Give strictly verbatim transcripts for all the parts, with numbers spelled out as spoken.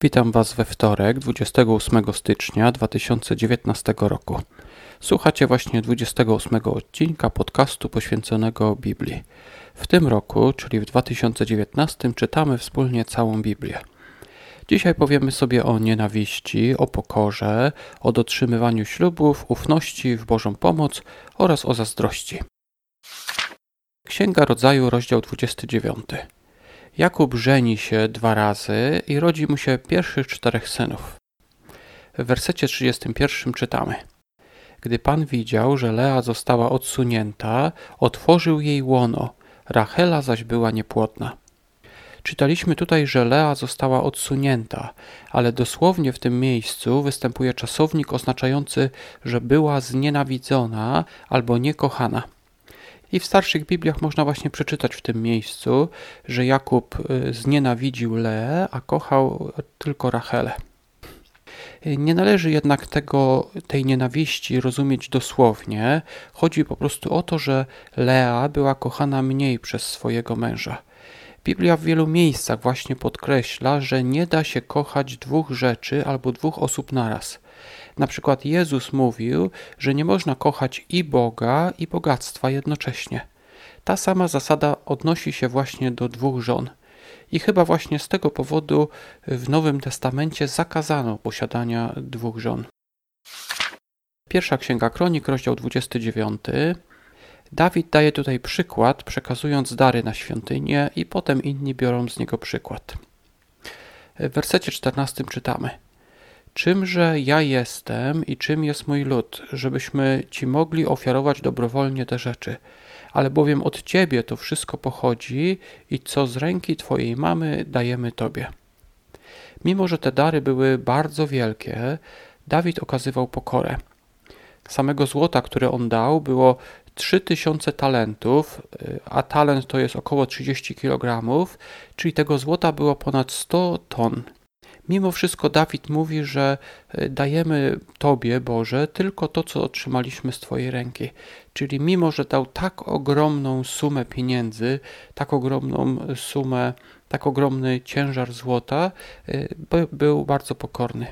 Witam Was we wtorek, dwudziestego ósmego stycznia dwa tysiące dziewiętnastego roku. Słuchacie właśnie dwudziestego ósmego odcinka podcastu poświęconego Biblii. W tym roku, czyli w dwa tysiące dziewiętnastym, czytamy wspólnie całą Biblię. Dzisiaj powiemy sobie o nienawiści, o pokorze, o dotrzymywaniu ślubów, ufności w Bożą pomoc oraz o zazdrości. Księga Rodzaju, rozdział dwudziesty dziewiąty. Jakub żeni się dwa razy i rodzi mu się pierwszych czterech synów. W wersecie trzydziestym pierwszym czytamy: Gdy Pan widział, że Lea została odsunięta, otworzył jej łono, Rachela zaś była niepłodna. Czytaliśmy tutaj, że Lea została odsunięta, ale dosłownie w tym miejscu występuje czasownik oznaczający, że była znienawidzona albo niekochana. I w starszych Bibliach można właśnie przeczytać w tym miejscu, że Jakub znienawidził Leę, a kochał tylko Rachelę. Nie należy jednak tego, tej nienawiści rozumieć dosłownie. Chodzi po prostu o to, że Lea była kochana mniej przez swojego męża. Biblia w wielu miejscach właśnie podkreśla, że nie da się kochać dwóch rzeczy albo dwóch osób naraz. Na przykład Jezus mówił, że nie można kochać i Boga, i bogactwa jednocześnie. Ta sama zasada odnosi się właśnie do dwóch żon. I chyba właśnie z tego powodu w Nowym Testamencie zakazano posiadania dwóch żon. Pierwsza Księga Kronik, rozdział dwudziesty dziewiąty. Dawid daje tutaj przykład, przekazując dary na świątynię i potem inni biorą z niego przykład. W wersecie czternastym czytamy: Czymże ja jestem i czym jest mój lud, żebyśmy Ci mogli ofiarować dobrowolnie te rzeczy, ale bowiem od Ciebie to wszystko pochodzi i co z ręki Twojej mamy dajemy Tobie. Mimo że te dary były bardzo wielkie, Dawid okazywał pokorę. Samego złota, które on dał, było trzy tysiące talentów, a talent to jest około trzydzieści kilogramów, czyli tego złota było ponad sto ton. Mimo wszystko Dawid mówi, że dajemy Tobie, Boże, tylko to, co otrzymaliśmy z Twojej ręki. Czyli mimo, że dał tak ogromną sumę pieniędzy, tak ogromną sumę, tak ogromny ciężar złota, był bardzo pokorny.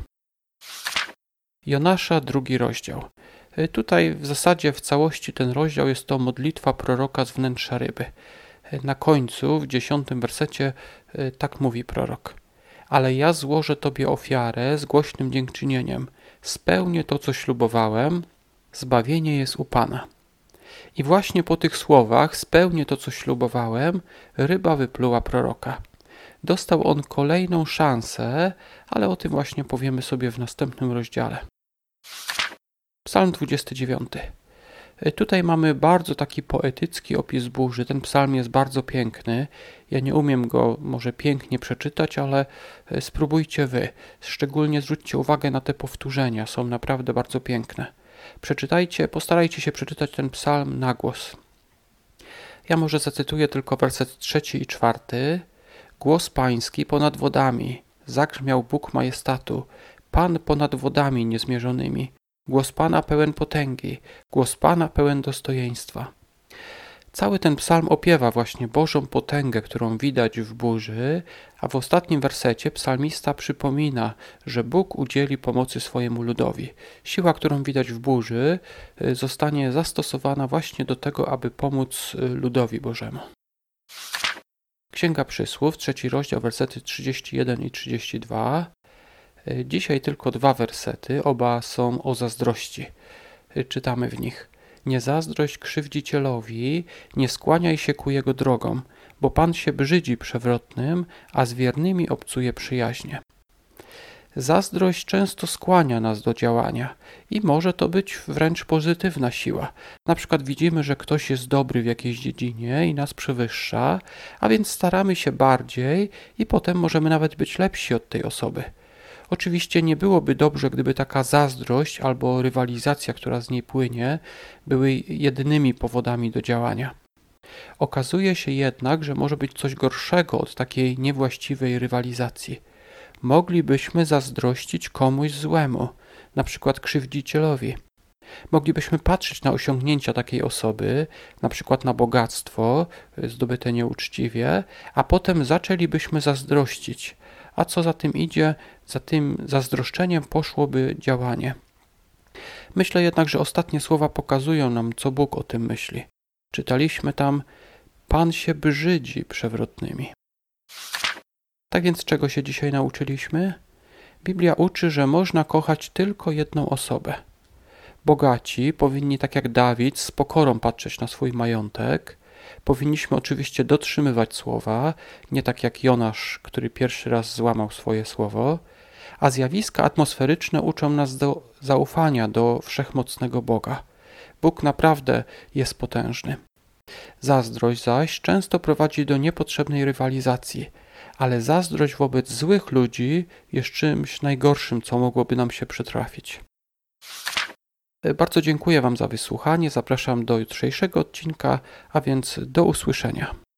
Jonasza, drugi rozdział. Tutaj w zasadzie w całości ten rozdział jest to modlitwa proroka z wnętrza ryby. Na końcu, w dziesiątym wersecie, tak mówi prorok: Ale ja złożę Tobie ofiarę z głośnym dziękczynieniem. Spełnię to, co ślubowałem. Zbawienie jest u Pana. I właśnie po tych słowach, spełnię to, co ślubowałem, ryba wypluła proroka. Dostał on kolejną szansę, ale o tym właśnie powiemy sobie w następnym rozdziale. Psalm dwudziesty dziewiąty. Tutaj mamy bardzo taki poetycki opis burzy. Ten psalm jest bardzo piękny. Ja nie umiem go może pięknie przeczytać, ale spróbujcie wy. Szczególnie zwróćcie uwagę na te powtórzenia. Są naprawdę bardzo piękne. Przeczytajcie, postarajcie się przeczytać ten psalm na głos. Ja może zacytuję tylko werset trzeci i czwarty. Głos pański ponad wodami. Zagrzmiał Bóg majestatu. Pan ponad wodami niezmierzonymi. Głos Pana pełen potęgi, głos Pana pełen dostojeństwa. Cały ten psalm opiewa właśnie Bożą potęgę, którą widać w burzy, a w ostatnim wersecie psalmista przypomina, że Bóg udzieli pomocy swojemu ludowi. Siła, którą widać w burzy, zostanie zastosowana właśnie do tego, aby pomóc ludowi Bożemu. Księga Przysłów, trzeci rozdział, wersety trzydziesty jeden i trzydziesty dwa. Dzisiaj tylko dwa wersety, oba są o zazdrości. Czytamy w nich: Nie zazdrość krzywdzicielowi, nie skłaniaj się ku jego drogom, bo Pan się brzydzi przewrotnym, a z wiernymi obcuje przyjaźnie. Zazdrość często skłania nas do działania i może to być wręcz pozytywna siła. Na przykład widzimy, że ktoś jest dobry w jakiejś dziedzinie i nas przewyższa, a więc staramy się bardziej i potem możemy nawet być lepsi od tej osoby. Oczywiście nie byłoby dobrze, gdyby taka zazdrość albo rywalizacja, która z niej płynie, były jedynymi powodami do działania. Okazuje się jednak, że może być coś gorszego od takiej niewłaściwej rywalizacji. Moglibyśmy zazdrościć komuś złemu, na przykład krzywdzicielowi. Moglibyśmy patrzeć na osiągnięcia takiej osoby, na przykład na bogactwo zdobyte nieuczciwie, a potem zaczęlibyśmy zazdrościć. A co za tym idzie? Za tym zazdroszczeniem poszłoby działanie. Myślę jednak, że ostatnie słowa pokazują nam, co Bóg o tym myśli. Czytaliśmy tam: Pan się brzydzi przewrotnymi. Tak więc czego się dzisiaj nauczyliśmy? Biblia uczy, że można kochać tylko jedną osobę. Bogaci powinni, tak jak Dawid, z pokorą patrzeć na swój majątek. Powinniśmy oczywiście dotrzymywać słowa, nie tak jak Jonasz, który pierwszy raz złamał swoje słowo. A zjawiska atmosferyczne uczą nas do zaufania do wszechmocnego Boga. Bóg naprawdę jest potężny. Zazdrość zaś często prowadzi do niepotrzebnej rywalizacji, ale zazdrość wobec złych ludzi jest czymś najgorszym, co mogłoby nam się przytrafić. Bardzo dziękuję Wam za wysłuchanie, zapraszam do jutrzejszego odcinka, a więc do usłyszenia.